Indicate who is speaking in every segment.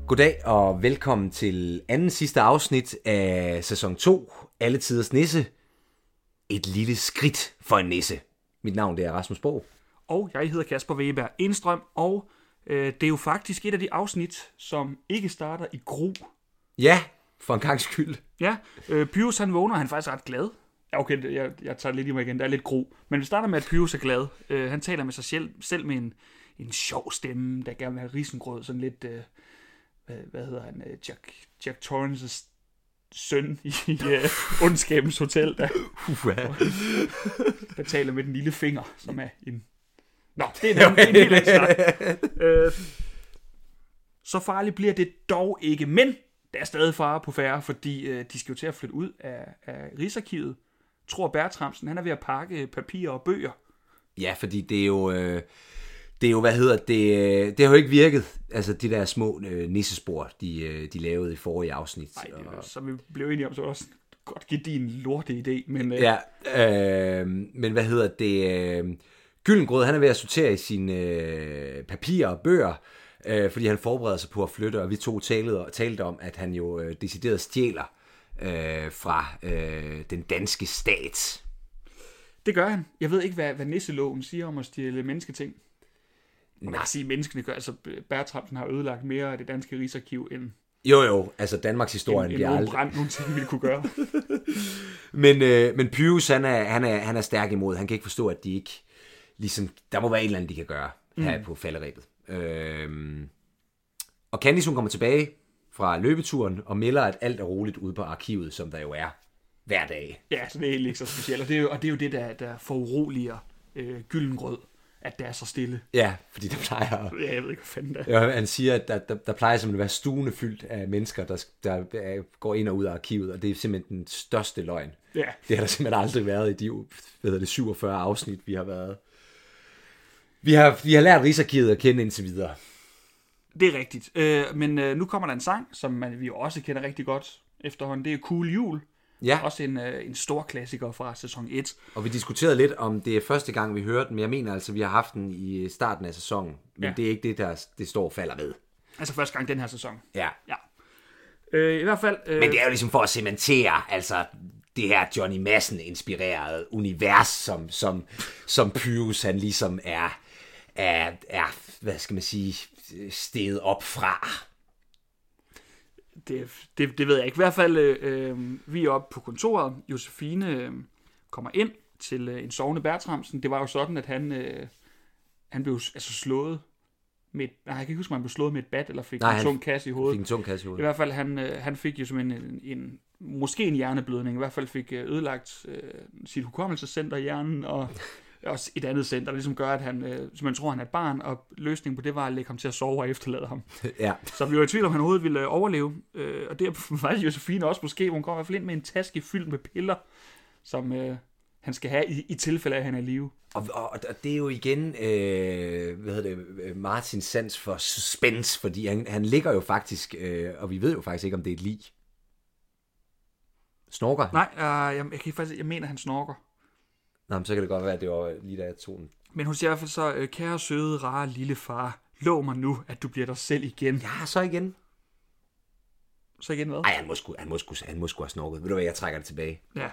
Speaker 1: Goddag og velkommen til anden sidste afsnit af sæson 2, Alle Tiders Nisse. Et lille skridt for en nisse. Mit navn det er Rasmus Borg.
Speaker 2: Og jeg hedder Kasper Weber Enstrøm, og det er jo faktisk et af de afsnit, som ikke starter i gru.
Speaker 1: Ja, for en gangs skyld.
Speaker 2: Ja, Pyrus han vågner, han er faktisk ret glad. Ja, okay, jeg tager lidt i mig igen, der er lidt gru. Men vi starter med, at Pyrus er glad. Han taler med sig selv med en sjov stemme, der gerne vil have risengrød, sådan lidt... hvad hedder han? Jack Torrances søn i Ondskabens Hotel, der taler med den lille finger, som er en... Nå, det er en helt anden snak. Så farligt bliver det dog ikke, men der er stadig fare på færre, fordi de skal jo til at flytte ud af Rigsarkivet. Tror Bertramsen, han er ved at pakke papirer og bøger.
Speaker 1: Ja, fordi det er jo... det har jo ikke virket, altså de der små nissespor, de lavede i forrige afsnit.
Speaker 2: Nej, som vi blev enige om, så også godt give din lorte idé, men...
Speaker 1: Men Gyldengrød, han er ved at sortere i sine papirer og bøger, fordi han forbereder sig på at flytte, og vi to talte om, at han jo decideret stjæler fra den danske stat.
Speaker 2: Det gør han. Jeg ved ikke, hvad nisseloven siger om at stjæle mennesketing. Man kan sige, at menneskene gør, altså Bertramsen har ødelagt mere af det danske Rigsarkiv end...
Speaker 1: Jo, altså Danmarks historien bliver aldrig...
Speaker 2: brand nogle ting, ville kunne gøre.
Speaker 1: men Pyrus, han er stærk imod. Han kan ikke forstå, at de ikke... Ligesom, der må være et eller andet, de kan gøre her på falderebet. Og Candice, hun kommer tilbage fra løbeturen og melder, at alt er roligt ude på arkivet, som der jo er hver dag.
Speaker 2: Ja, så det er egentlig ikke så specielt. Og det er jo det, der foruroliger Gyldengrød, at det er så stille.
Speaker 1: Ja, fordi der plejer...
Speaker 2: Ja, jeg ved ikke, hvad fanden det
Speaker 1: er. Ja, han siger, at der plejer simpelthen at være stuende fyldt af mennesker, der går ind og ud af arkivet, og det er simpelthen den største løgn. Ja. Det har der simpelthen aldrig været i de 47 afsnit, vi har været. Vi har lært Rigsarkivet at kende indtil videre.
Speaker 2: Det er rigtigt. Men nu kommer der en sang, som vi jo også kender rigtig godt efterhånden. Det er Cool Jul. Ja. Også en stor klassiker fra sæson 1.
Speaker 1: Og vi diskuterede lidt, om det er første gang, vi hørte den, men jeg mener altså, vi har haft den i starten af sæsonen. Men det er ikke det, det står og falder ved.
Speaker 2: Altså første gang den her sæson.
Speaker 1: Ja.
Speaker 2: I hvert fald...
Speaker 1: Men det er jo ligesom for at cementere, altså det her Johnny Madsen-inspirerede univers, som Pyrus, han ligesom er, hvad skal man sige, steget op fra.
Speaker 2: Det ved jeg ikke. I hvert fald, vi er oppe på kontoret. Josefine kommer ind til en sovende Bertramsen. Det var jo sådan, at han blev altså slået med jeg kan ikke huske, om han blev slået med et bat, eller fik en tung kasse i hovedet.
Speaker 1: Fik en tung kasse i hovedet.
Speaker 2: I hvert fald, han fik jo simpelthen måske en hjerneblødning. I hvert fald fik ødelagt sit hukommelsescenter i hjernen, og også et andet center, der ligesom gør, at man tror, han er et barn, og løsningen på det var at lægge ham til at sove og efterlade ham. Ja. Så vi var i tvivl, om han overhovedet ville overleve. Og det var Josefine også måske, hun kom i hvert fald ind med en taske fyldt med piller, som han skal have i tilfælde af, at han er i live.
Speaker 1: Og det er jo igen, Martins sans for suspense, fordi han ligger jo faktisk, og vi ved jo faktisk ikke, om det er et lig. Snorker han?
Speaker 2: Nej, jeg mener, han snorker.
Speaker 1: Nå, men så kan det godt være, at det var lige da jeg tog den.
Speaker 2: Men hun siger i hvert fald så, kære søde, rare lille far, lov mig nu, at du bliver dig selv igen.
Speaker 1: Ja, så igen.
Speaker 2: Så igen hvad?
Speaker 1: Nej, han må sgu have snorket. Ved du hvad, jeg trækker det tilbage. Ja.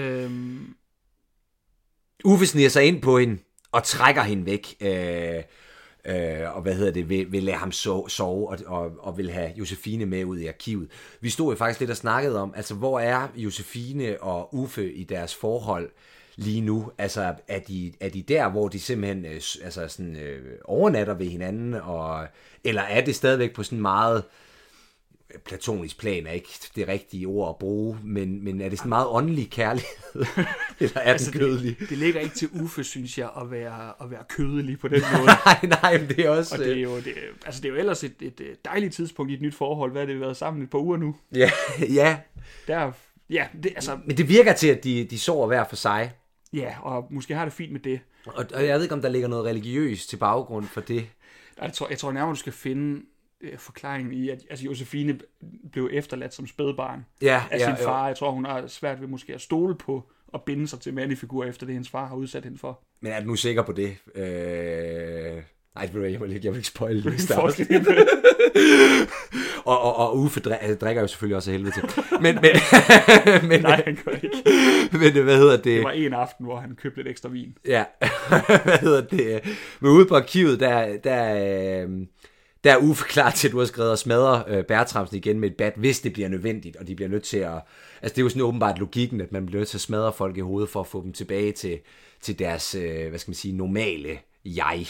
Speaker 1: Uffe sniger sig ind på hende og trækker hende væk. Og vil lade ham sove og vil have Josefine med ud i arkivet. Vi stod jo faktisk lidt og snakkede om, altså hvor er Josefine og Uffe i deres forhold lige nu? Altså er de der, hvor de simpelthen overnatter ved hinanden, eller er det stadigvæk på sådan meget platonisk plan, er ikke det rigtige ord at bruge, men er det sådan meget åndelig kærlighed? Eller er den kødelig?
Speaker 2: Det ligger ikke til Uffe, synes jeg, at være kødelig på den måde.
Speaker 1: nej, men det er også...
Speaker 2: Og det er jo ellers et dejligt tidspunkt i et nyt forhold. Hvad har det været sammen et par uger nu?
Speaker 1: Ja.
Speaker 2: Men
Speaker 1: det virker til, at de sover hver for sig.
Speaker 2: Ja, og måske har det fint med det.
Speaker 1: Og jeg ved ikke, om der ligger noget religiøst til baggrund for det.
Speaker 2: Jeg tror nærmere, du skal finde forklaringen i, at altså Josefine blev efterladt som spædbarn af sin far. Jeg tror, hun har svært ved måske at stole på og binde sig til mandefigurer, efter det hendes far har udsat hende for.
Speaker 1: Men er du nu sikker på det? Nej, jeg vil ikke spoile det. Og Uffe drikker jo selvfølgelig også af helvede til. Men
Speaker 2: Nej, han gør ikke.
Speaker 1: Men hvad hedder det?
Speaker 2: Det var en aften, hvor han købte lidt ekstra vin.
Speaker 1: Ja, hvad hedder det? Men ude på arkivet, der er Uffe klar til, at du har skrevet og smadre Bertramsen igen med et bat, hvis det bliver nødvendigt, og de bliver nødt til at... Altså, det er jo sådan åbenbart logikken, at man bliver nødt til at smadre folk i hovedet, for at få dem tilbage til deres, hvad skal man sige, normale jeg.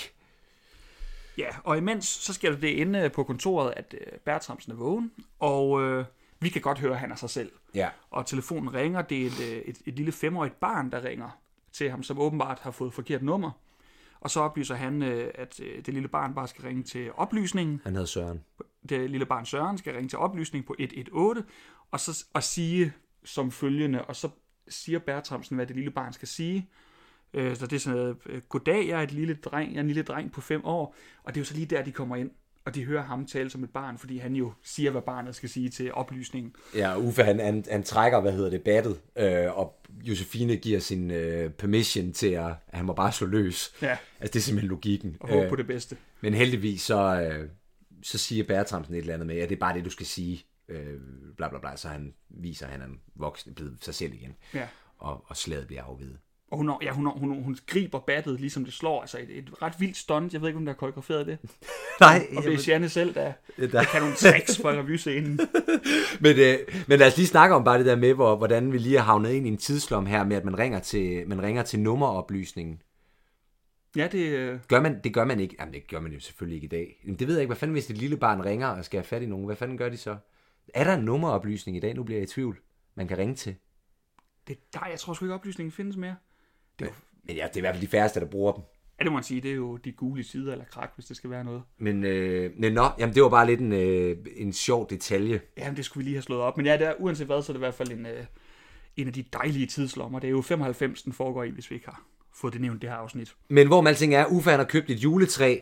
Speaker 2: Ja, og imens, så sker der det inde på kontoret, at Bertramsen er vågen, og vi kan godt høre, at han er sig selv.
Speaker 1: Ja.
Speaker 2: Og telefonen ringer, det er et lille 5-årigt barn, der ringer til ham, som åbenbart har fået forkert nummer. Og så oplyser han, at det lille barn bare skal ringe til oplysningen.
Speaker 1: Han hedder Søren. Det
Speaker 2: lille barn Søren skal ringe til oplysning på 118, og sige som følgende, og så siger Bertramsen, hvad det lille barn skal sige. Så det er sådan noget, goddag, jeg er en lille dreng på 5 år, og det er jo så lige der, de kommer ind, og de hører ham tale som et barn, fordi han jo siger, hvad barnet skal sige til oplysningen.
Speaker 1: Ja, Uffe, han trækker, battet, og Josefine giver sin permission til, at han må bare slå løs.
Speaker 2: Ja.
Speaker 1: Altså, det er simpelthen logikken.
Speaker 2: Og håbe på det bedste.
Speaker 1: Men heldigvis, så siger Bertramsen et eller andet med, at det er bare det, du skal sige, bla bla bla, så han viser, at han er voksen, blevet sig selv igen,
Speaker 2: ja.
Speaker 1: og slaget bliver afvidet.
Speaker 2: Og hun griber battet, ligesom det slår. Altså et ret vildt stunt. Jeg ved ikke, om der er koreograferet det.
Speaker 1: Nej.
Speaker 2: Og det er Jeanne selv, der kan nogle tricks for revyscenen.
Speaker 1: men lad os lige snakke om bare det der med, hvordan vi lige har havnet ind i en tidslom her, med at man ringer til nummeroplysningen.
Speaker 2: Ja, det
Speaker 1: gør man ikke. Jamen, det gør man jo selvfølgelig ikke i dag. Men det ved jeg ikke. Hvad fanden, hvis et lille barn ringer og skal have fat i nogen? Hvad fanden gør de så? Er der en nummeroplysning i dag? Nu bliver jeg i tvivl. Man kan ringe til.
Speaker 2: Jeg tror sgu ikke, oplysningen findes mere.
Speaker 1: Men ja, det er i hvert fald de færreste, der bruger dem.
Speaker 2: Ja, det må man sige. Det er jo de gule sider eller krak, hvis det skal være noget.
Speaker 1: Men jamen, det var bare lidt en sjov detalje.
Speaker 2: Jamen, det skulle vi lige have slået op. Men ja, uanset hvad, så er det i hvert fald en af de dejlige tidslommer. Det er jo 95, den foregår i, hvis vi ikke har fået det nævnt, det her afsnit.
Speaker 1: Men hvor man alting er, Uffe han har købt et juletræ,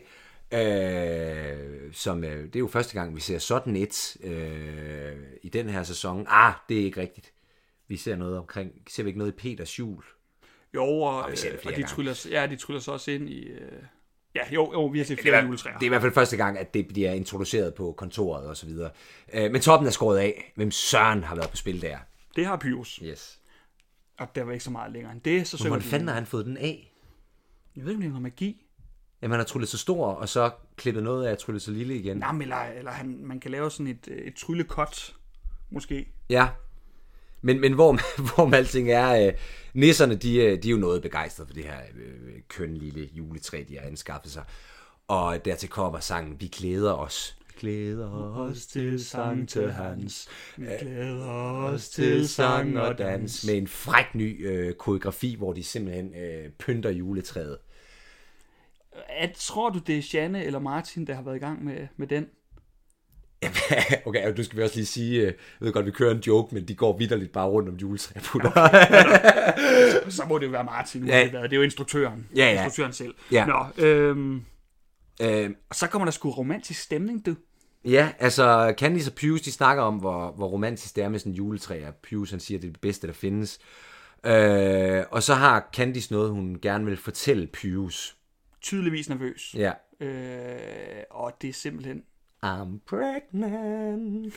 Speaker 1: som det er jo første gang, vi ser sådan et i den her sæson. Det er ikke rigtigt. Vi ser noget omkring, ser vi ikke noget i Peters jul?
Speaker 2: Jo, og de tryller så også ind i... vi har set flere juletræer.
Speaker 1: Det er i hvert fald første gang, at det bliver introduceret på kontoret og så videre. Men toppen er skåret af. Hvem Søren har været på spil der?
Speaker 2: Det har Pyrus.
Speaker 1: Yes.
Speaker 2: Og der var ikke så meget længere end det. Så
Speaker 1: hvordan fanden har han fået den af?
Speaker 2: Jeg ved ikke, om det er noget magi.
Speaker 1: Jamen, han har tryllet så stor, og så klippet noget af at trylle så lille igen.
Speaker 2: Jamen, eller man kan lave sådan et tryllekot, måske.
Speaker 1: Ja. Men hvor man alting er, nisserne, de er jo noget begejstrede for det her køn lille juletræ, de har anskaffet sig. Og dertil kommer sangen, vi glæder os. Vi glæder os til sang til Hans. Vi glæder os til sang og dans. Med en fræk ny koreografi, hvor de simpelthen pynter juletræet.
Speaker 2: Tror du, det er Jeanne eller Martin, der har været i gang med den?
Speaker 1: Okay, du skal vi også lige sige, jeg ved godt, vi kører en joke, men de går vitterligt bare rundt om juletræputter.
Speaker 2: Så må det jo være Martin. Ja. Det er jo instruktøren.
Speaker 1: Ja.
Speaker 2: Instruktøren selv.
Speaker 1: Ja.
Speaker 2: Og så kommer der sgu romantisk stemning, du.
Speaker 1: Ja, altså Candice og Pius, de snakker om, hvor romantisk det er med sådan en juletræ, og Pius han siger, at det er det bedste, der findes. Og så har Candice noget, hun gerne vil fortælle Pius.
Speaker 2: Tydeligvis nervøs.
Speaker 1: Ja.
Speaker 2: Og det er simpelthen...
Speaker 1: I'm pregnant.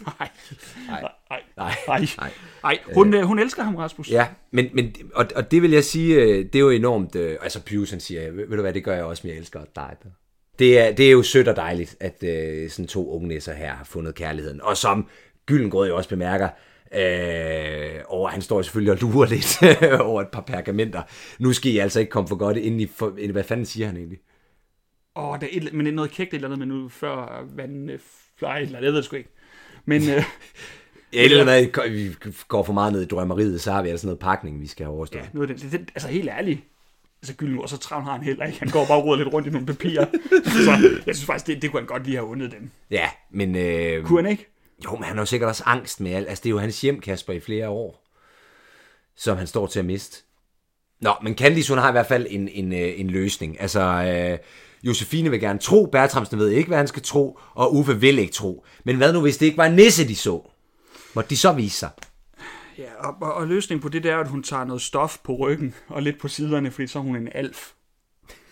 Speaker 2: Nej. Hun elsker ham, Rasmus.
Speaker 1: Ja, men og det vil jeg sige, det er jo enormt... altså Pius han siger, ved du hvad, det gør jeg også, men jeg elsker dig. Det er jo sødt og dejligt, at sådan 2 unge nisser her har fundet kærligheden. Og som Gyllengrød jo også bemærker, og han står selvfølgelig og lurer lidt over et par pergamenter. Nu skal I altså ikke komme for godt ind i... Hvad fanden siger han egentlig?
Speaker 2: Men det er noget kægt eller andet, men nu før vandene flyder, eller jeg ved det sgu ikke. Men...
Speaker 1: vi går for meget ned i drømmeriet, så har vi altså noget pakning, vi skal have overstået.
Speaker 2: Ja, noget af det. Altså helt ærligt. Altså Gyllengrød, så travlt har han heller ikke. Han går bare og roder lidt rundt i nogle papirer. Så jeg synes faktisk, det kunne han godt lige have undet dem.
Speaker 1: Ja, men...
Speaker 2: Kunne han ikke?
Speaker 1: Jo, men han har jo sikkert også angst med alt. Altså det er jo hans hjem, Kasper, i flere år, som han står til at miste. Nå, men Candice, hun har i hvert fald en løsning. Altså... Josefine vil gerne tro, Bertramsen ved ikke, hvad han skal tro, og Uffe vil ikke tro. Men hvad nu, hvis det ikke var en nisse, de så? Måtte de så vise sig?
Speaker 2: Ja, og løsningen på det der er, at hun tager noget stof på ryggen, og lidt på siderne, fordi så er hun en alf.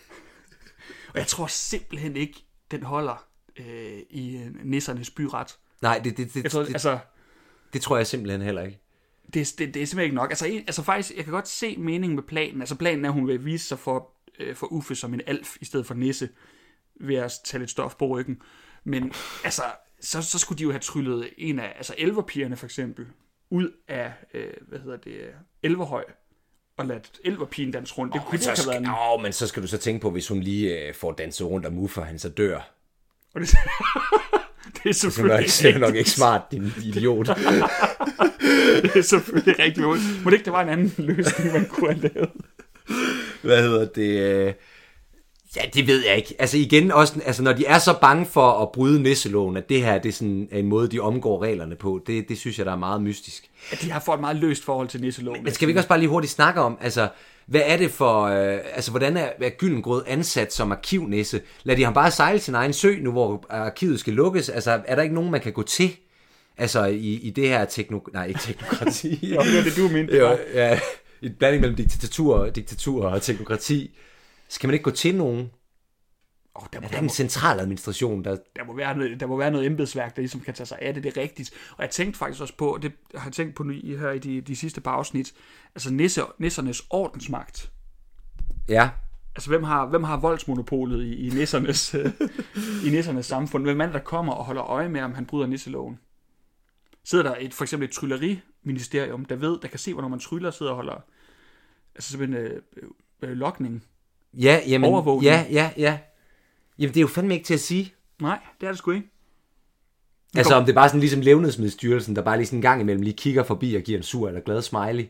Speaker 2: Og jeg tror simpelthen ikke, den holder i nissernes byret.
Speaker 1: Nej,
Speaker 2: Jeg tror,
Speaker 1: det tror jeg simpelthen heller ikke.
Speaker 2: Det er simpelthen ikke nok. Altså faktisk, jeg kan godt se meningen med planen. Altså planen er, at hun vil vise sig for Uffe som en alf, i stedet for nisse, ved at tage lidt stof på ryggen. Men altså, så skulle de jo have tryllet en af, altså elverpigerne for eksempel, ud af, Elverhøj, og ladet elverpigen danse rundt. Det kunne have været
Speaker 1: men så skal du så tænke på, hvis hun lige får danset rundt om Uffe, han så dør.
Speaker 2: Og det er selvfølgelig
Speaker 1: det er nok ikke smart, din idiot.
Speaker 2: Det er selvfølgelig rigtigt. Må det ikke, der var en anden løsning, man kunne have lavet?
Speaker 1: Hvad hedder det? Ja, det ved jeg ikke. Altså igen, også, altså, når de er så bange for at bryde nisseloven, at det her det er sådan en måde, de omgår reglerne på, det synes jeg, der er meget mystisk.
Speaker 2: At de har fået et meget løst forhold til nisseloven.
Speaker 1: Men skal vi ikke også bare lige hurtigt snakke om, altså, hvad er det for, hvordan er Gyllengrød ansat som arkivnisse? Lad de ham bare sejle sin egen sø, nu hvor arkivet skal lukkes? Altså, er der ikke nogen, man kan gå til? Altså, i det her ikke teknokrati.
Speaker 2: Jo, det er det, du mente.
Speaker 1: Ja, i blanding mellem diktatur og teknokrati. Skal man ikke gå til nogen? Der er en central administration,
Speaker 2: der må være noget embedsværk, der ligesom kan tage sig af det. Det er rigtigt. Og jeg tænkte faktisk også på, det har jeg tænkt på nu her i de sidste par afsnit, altså nissernes ordensmagt.
Speaker 1: Ja.
Speaker 2: Altså hvem har voldsmonopolet i nissernes i nissernes samfund? Hvem er det, der kommer og holder øje med, om han bryder nisseloven? Sidder der for eksempel et trylleri-ministerium, der kan se, hvornår man tryller, sidder og holder altså simpelthen lokning.
Speaker 1: Ja, jamen,
Speaker 2: overvågning.
Speaker 1: Ja. Jamen, det er jo fandme ikke til at sige.
Speaker 2: Nej, det er det sgu ikke.
Speaker 1: Altså, om det er bare sådan ligesom Levnedsmiddelstyrelsen, der bare lige sådan en gang imellem lige kigger forbi og giver en sur eller glad smiley.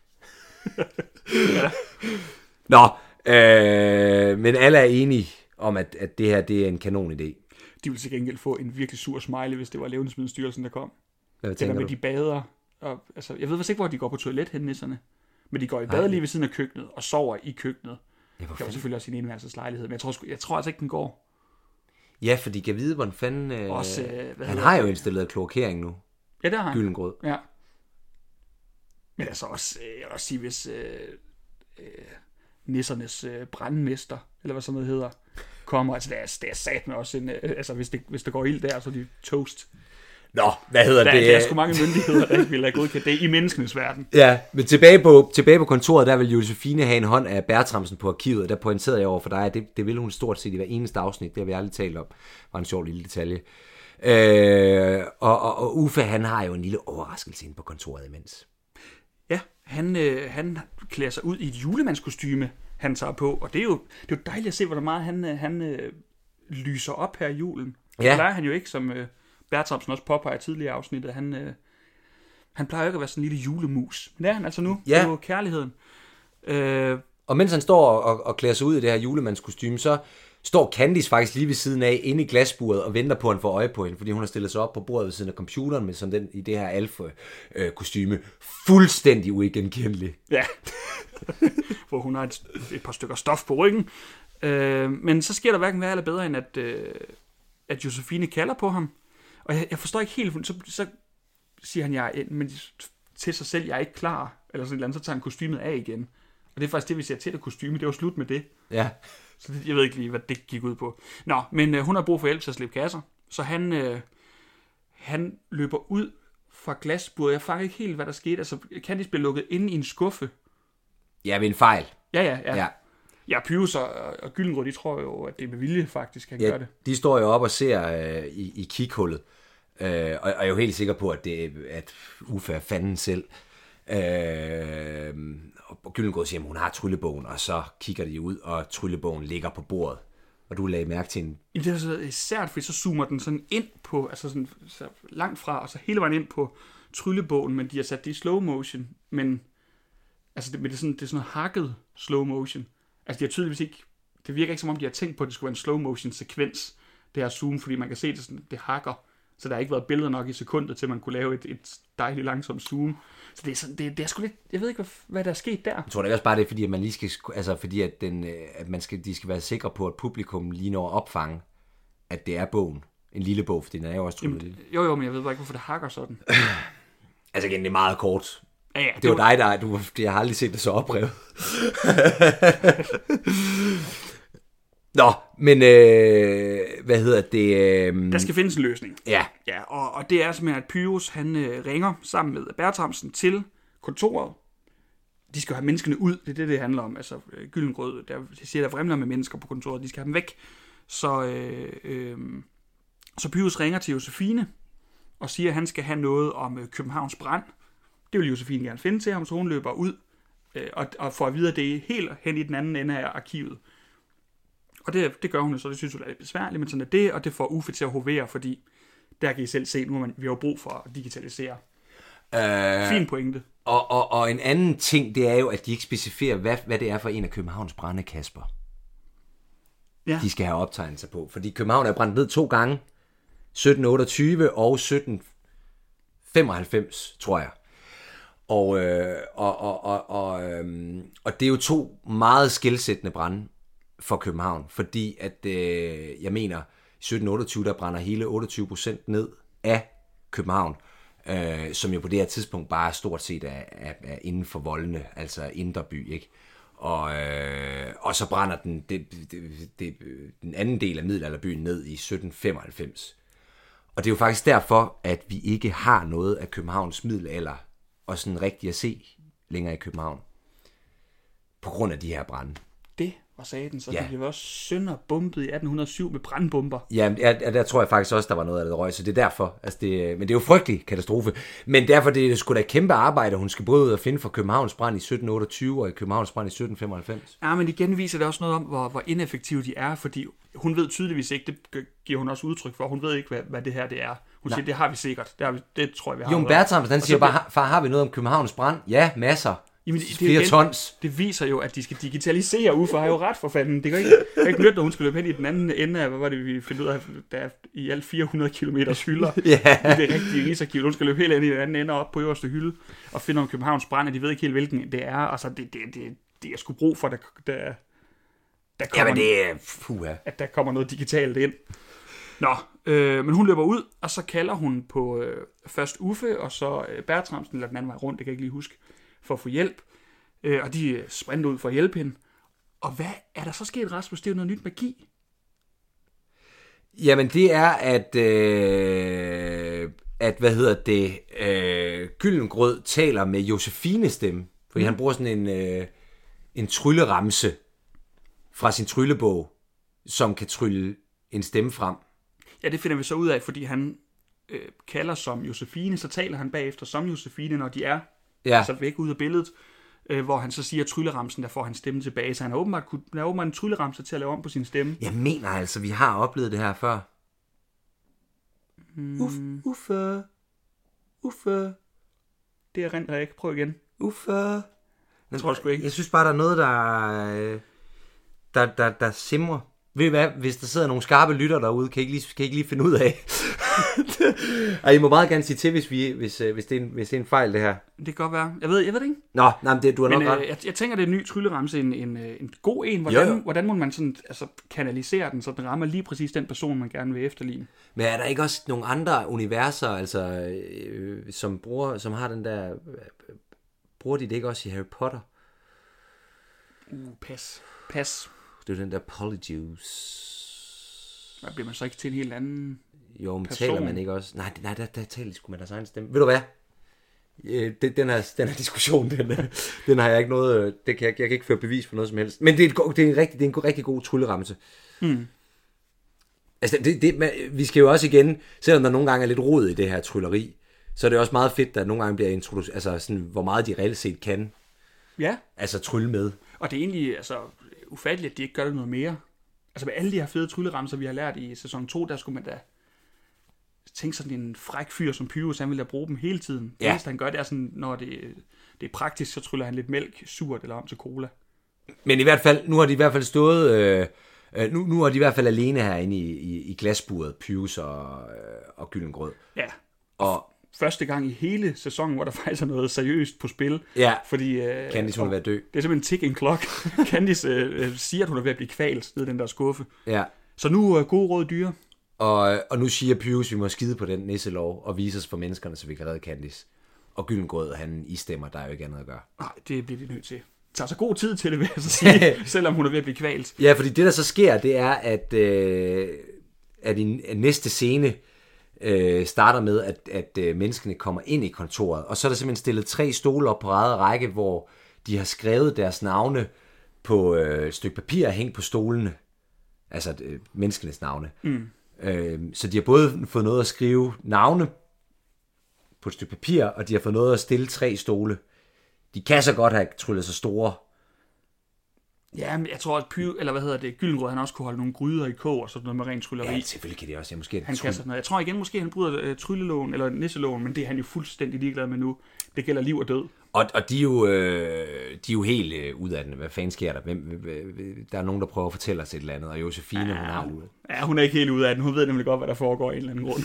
Speaker 2: Ja.
Speaker 1: Nå, men alle er enige om, at det her, det er en kanon idé.
Speaker 2: De ville til gengæld få en virkelig sur smiley, hvis det var Levnedsmiddelstyrelsen, der kom.
Speaker 1: Hvad tænker
Speaker 2: med
Speaker 1: du?
Speaker 2: de bader. Og, altså, jeg ved faktisk ikke, hvor de går på toilet hen, nisserne. Men de går i bad lige ved siden af køkkenet, og sover i køkkenet. Det var selvfølgelig også i en enværelseslejlighed, men jeg tror altså ikke, den går.
Speaker 1: Ja, for de kan vide, hvordan fanden...
Speaker 2: Også,
Speaker 1: han har jo installeret kloakering nu.
Speaker 2: Ja, det har han.
Speaker 1: Gyllengrød.
Speaker 2: Ja. Men altså også, jeg vil også sige, hvis nissernes brandmester, eller hvad sådan noget hedder, kommer, altså det er sat med også en, altså hvis der går ild der, så er de toast.
Speaker 1: Nå, hvad hedder det?
Speaker 2: Der er sgu mange myndigheder, der ikke vil have godkendt det i menneskenes verden.
Speaker 1: Ja, men tilbage på kontoret, der vil Josefine have en hånd af Bertramsen på arkivet, og der pointerede jeg over for dig, at det ville hun stort set i hver eneste afsnit, det har vi aldrig talt om, var en sjov lille detalje. Og Uffe, han har jo en lille overraskelse inde på kontoret imens.
Speaker 2: Ja, han klæder sig ud i et julemandskostyme, han tager på, og det er jo dejligt at se, hvor meget han lyser op her i julen. Ja. Det plejer han jo ikke, som Bertramsen også påpeger tidligere i afsnittet. Han plejer jo ikke at være sådan en lille julemus. Men det er han altså nu. Ja. Det er jo kærligheden.
Speaker 1: Og mens han står og klæder sig ud i det her julemandskostyme, så står Candice faktisk lige ved siden af, inde i glasburet, og venter på, at han får øje på hende, fordi hun har stillet sig op på bordet ved siden af computeren, med sådan den i det her alfa-kostyme. Fuldstændig uigenkendelig.
Speaker 2: Ja. Hvor hun har et par stykker stof på ryggen. Men så sker der hverken værre eller bedre, end at Josefine kalder på ham. Og jeg forstår ikke helt, så siger han, men til sig selv, jeg er ikke klar, eller sådan et eller andet, så tager han kostymet af igen. Og det er faktisk det, vi ser til det kostyme, det var slut med det.
Speaker 1: Ja.
Speaker 2: Så jeg ved ikke lige, hvad det gik ud på. Nå, men hun har brug for hjælp til at slippe kasser, så han løber ud fra glasburet. Jeg fanger ikke helt, hvad der skete. Altså, Candice bliver lukket inde i en skuffe.
Speaker 1: Ja, ved en fejl.
Speaker 2: Ja. Ja, Pyrus og Gyllengrød, de tror jo, at det er med vilje faktisk, han gør det. De
Speaker 1: står jo op og ser i kighullet, og er jo helt sikker på, at Uffe er fanden selv. Og Gyllengrød siger, at hun har tryllebogen, og så kigger de ud, og tryllebogen ligger på bordet. Og du lagde mærke til en...
Speaker 2: Det er så sært, fordi så zoomer den sådan ind på, altså sådan så langt fra, og så hele vejen ind på tryllebogen, men de har sat det i slow motion, men altså det er sådan noget hakket slow motion. Altså de har tydeligvis ikke, det virker ikke som om de har tænkt på, at det skulle være en slow motion sekvens, det her zoom, fordi man kan se, det hakker, så der har ikke været billeder nok i sekundet, til man kunne lave et dejligt langsomt zoom. Så det er sådan, det er sgu lidt, jeg ved ikke, hvad der er sket der.
Speaker 1: Jeg tror det også bare, det er, fordi at man lige skal, altså fordi at de skal være sikre på, at publikum lige når at opfange, at det er bogen. En lille bog, fordi den er jo også tryllet lidt.
Speaker 2: Jo, men jeg ved bare ikke, hvorfor det hakker sådan.
Speaker 1: Altså igen, det er meget kort.
Speaker 2: Ja,
Speaker 1: det var dig, jeg har aldrig set det så oprevet. Nå, men hvad hedder det?
Speaker 2: Der skal findes en løsning.
Speaker 1: Ja.
Speaker 2: Ja, og det er simpelthen, at Pyrus, han ringer sammen med Bertramsen til kontoret. De skal have menneskene ud, det er det handler om. Altså, Gyllengrød, de siger, der vrimler med mennesker på kontoret, de skal have dem væk. Så Pyrus ringer til Josefine og siger, at han skal have noget om Københavns brand. Det vil Josefine gerne finde til ham, så hun løber ud og får at vide, at det er helt hen i den anden ende af arkivet. Og det gør hun, så det synes hun er lidt besværligt, men sådan er det, og det får Uffe til at hovere, fordi der kan I selv se, nu vi har brug for at digitalisere. Fin pointe.
Speaker 1: Og en anden ting, det er jo, at de ikke specificerer, hvad det er for en af Københavns brande, Kasper. Ja. De skal have optegnelser på, fordi København er brændt ned 2 gange, 1728 og 1795, tror jeg. Og det er jo 2 meget skelsættende brande for København, fordi at jeg mener, i 1728, der brænder hele 28% ned af København, som jo på det her tidspunkt bare stort set er inden for voldene, altså indre by, ikke? Og så brænder den anden del af middelalderbyen ned i 1795. Og det er jo faktisk derfor, at vi ikke har noget af Københavns middelalder og sådan rigtigt at se længere i København. På grund af de her brande.
Speaker 2: Det var saten, så det blev også sønderbumpet i 1807 med brandbomber.
Speaker 1: Ja, der tror jeg faktisk også, der var noget af det røg, så det er derfor. Altså men det er jo frygtelig katastrofe. Men derfor det er sgu da et kæmpe arbejde, hun skal både ud og finde for Københavns brand i 1728 og i Københavns brand i 1795.
Speaker 2: Ja, men igen viser det også noget om, hvor ineffektive de er, fordi hun ved tydeligvis ikke, det giver hun også udtryk for, hun ved ikke, hvad det her det er. Hun siger, det har vi sikkert, det tror jeg, vi har.
Speaker 1: Jon Bertramsen, han siger bare, far, har vi noget om Københavns brand? Ja, masser. Jamen, flere tons.
Speaker 2: Det viser jo, at de skal digitalisere. Uffe har jo ret for fanden. Det kan ikke nytte, når hun skal løbe hen i den anden ende af, hvad var det, vi fandt ud af, der er i alt 400 kilometers hylder. I det rigtige rigsarkiv. Hun skal løbe helt ind i den anden ende op på øverste hylde og finde om Københavns brand, og de ved ikke helt, hvilken det er. Altså, det er sgu brug for, der kommer,
Speaker 1: jamen, det er
Speaker 2: at der kommer noget digitalt ind. Nå, men hun løber ud, og så kalder hun på først Uffe, og så Bertramsen, eller den anden vej rundt, det kan jeg ikke lige huske, for at få hjælp. Og de sprinter ud for at hjælpe hende. Og hvad er der så sket, Rasmus? Det er jo noget nyt magi.
Speaker 1: Jamen, det er, at hvad hedder det, Gyllengrød taler med Josefines stemme. Fordi han bruger sådan en trylleramse fra sin tryllebog, som kan trylle en stemme frem.
Speaker 2: Ja, det finder vi så ud af, fordi han kalder som Josefine, så taler han bagefter som Josefine, når de er så væk ud af billedet, hvor han så siger trylleramsen, der får hans stemme tilbage. Så han har åbenbart en trylleramse til at lave om på sin stemme.
Speaker 1: Jeg mener altså, vi har oplevet det her før. Uffe.
Speaker 2: Det er rent, jeg ikke. Prøv igen.
Speaker 1: Uffe.
Speaker 2: Jeg tror sgu ikke.
Speaker 1: Jeg synes bare, der er noget, der simrer. Ved I hvad, hvis der sidder nogle skarpe lytter derude, kan I ikke lige finde ud af. Og I må meget gerne sige til, hvis det er en fejl, det her.
Speaker 2: Det kan godt være. Jeg ved det ikke.
Speaker 1: Nå, nej, men du har nok ret.
Speaker 2: Jeg tænker, det er en ny trylleramse, en god en. Hvordan må man sådan, altså, kanalisere den, så den rammer lige præcis den person, man gerne vil efterligne?
Speaker 1: Men er der ikke også nogle andre universer, altså, som har den der... Bruger de det ikke også i Harry Potter?
Speaker 2: Pas.
Speaker 1: Det er den der Polyjuice.
Speaker 2: Hvad bliver man så ikke til en helt anden
Speaker 1: men
Speaker 2: person?
Speaker 1: Taler man ikke også? Nej, der taler sgu med deres egen stemme. Ved du hvad? Den her diskussion, den har jeg ikke noget... Jeg kan ikke føre bevis for noget som helst. Men det er en rigtig god trylleramse. Altså, vi skal jo også igen, selvom der nogle gange er lidt rod i det her trylleri, så er det også meget fedt, at nogle gange bliver introduceret, altså sådan, hvor meget de reelt set kan.
Speaker 2: Ja.
Speaker 1: Altså trylle med.
Speaker 2: Og det er egentlig ufatteligt, at de ikke gør det noget mere. Altså med alle de her fede trylleramser, vi har lært i sæson 2, der skulle man da tænke sådan en fræk fyr som Pyrus, han vil da bruge dem hele tiden. Det eneste han gør, det er sådan, når det er praktisk, så tryller han lidt mælk surt eller om til cola.
Speaker 1: Men i hvert fald, nu har de i hvert fald stået, nu er de i hvert fald alene herinde i glasburet, Pyrus og Gyllengrød.
Speaker 2: Ja,
Speaker 1: og
Speaker 2: første gang i hele sæsonen, hvor der faktisk er noget seriøst på spil.
Speaker 1: Ja,
Speaker 2: fordi
Speaker 1: Candice hun er ved at dø.
Speaker 2: Det er simpelthen en ticking clock. Candice siger, at hun er ved at blive kvalt ned i den der skuffe.
Speaker 1: Ja.
Speaker 2: Så nu gode råd dyre.
Speaker 1: Og nu siger Pyrus, vi må skide på den nisselov og vise os for menneskerne, så vi kan redde Candice. Og Gyllengrød, han istemmer, der er jo ikke andet at gøre.
Speaker 2: Nej, det bliver de nødt til. tager så god tid til det, vil jeg så sige, selvom hun er ved at blive kvalt.
Speaker 1: Ja, fordi det, der så sker, det er, at i næste scene starter med, at menneskene kommer ind i kontoret, og så er der simpelthen stillet 3 stole op på række, hvor de har skrevet deres navne på et stykke papir og hængt på stolene. Altså menneskenes navne. Så de har både fået noget at skrive navne på et stykke papir, og de har fået noget at stille 3 stole. De kan så godt have tryllet så store.
Speaker 2: Ja, men jeg tror, at Gyldengrød, han også kunne holde nogle gryder i kog, og sådan noget med rent trylleri.
Speaker 1: Ja, selvfølgelig kan det også. Ja, måske
Speaker 2: han kan sådan noget. Jeg tror igen, måske han bryder trylleloven, eller nisseloven, men det er han jo fuldstændig ligeglad med nu. Det gælder liv og død.
Speaker 1: Og de er jo helt ud af den. Hvad fanden sker der? Der er nogen, der prøver at fortælle os et eller andet, og Josefine, hun har det ud.
Speaker 2: Ja, hun er ikke helt ud af den. Hun ved nemlig godt, hvad der foregår i en eller anden grund.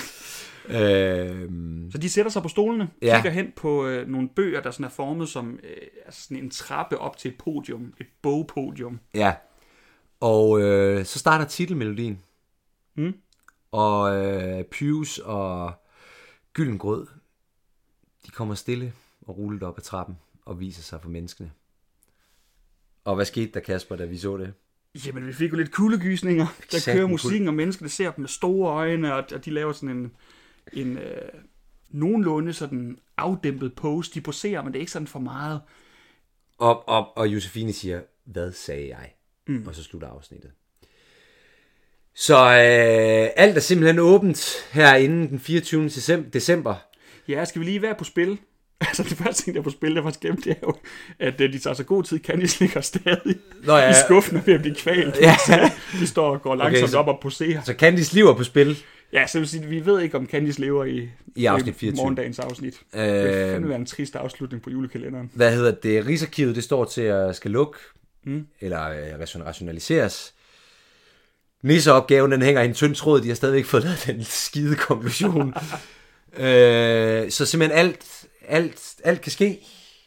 Speaker 2: Så de sætter sig på stolene, kigger hen på nogle bøger, der sådan er formet som sådan en trappe op til et podium, et bogpodium.
Speaker 1: Ja, og så starter titelmelodien. Og Pius og Gyldengrød, de kommer stille og rullet op ad trappen og viser sig for menneskene. Og hvad skete der, Kasper, da vi så det?
Speaker 2: Jamen, vi fik jo lidt kuldegysninger. Der kører musikken, og menneskene ser dem med store øjne, og de laver sådan en nogenlunde sådan afdæmpet pose. De poserer, men det er ikke sådan for meget.
Speaker 1: Og Josefine siger, hvad sagde jeg? Og så slutter afsnittet. Så alt er simpelthen åbent herinde den 24. december.
Speaker 2: Ja, skal vi lige være på spil? Altså det første ting, der er på spil, der var skæmt, det er jo, at de tager så god tid. Candice ligger stadig i skuffen og ved at blive kvalt. Ja. De står og går langsomt op og poserer. Så
Speaker 1: Candice lever på spil?
Speaker 2: Ja, så vil sige, vi ved ikke, om Candice lever i
Speaker 1: afsnit 24.
Speaker 2: Morgendagens afsnit. Det kan være en trist afslutning på julekalenderen.
Speaker 1: Hvad hedder det? Rigsarkivet, det står til at skal lukke, eller rationaliseres. Nisseopgaven, den hænger i en tynd tråd. De har stadigvæk fået lavet den skide konklusion. Så simpelthen alt kan ske.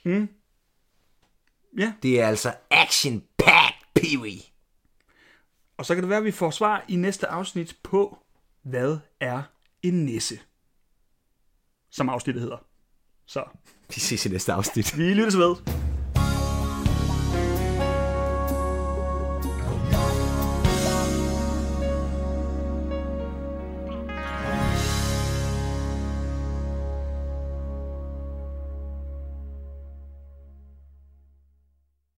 Speaker 2: Ja.
Speaker 1: Det er altså action-packed, Pee-wee.
Speaker 2: Og så kan det være, at vi får svar i næste afsnit på, hvad er en nisse? Som afsnittet hedder. Så.
Speaker 1: Vi ses i næste afsnit.
Speaker 2: Vi lyttes ved.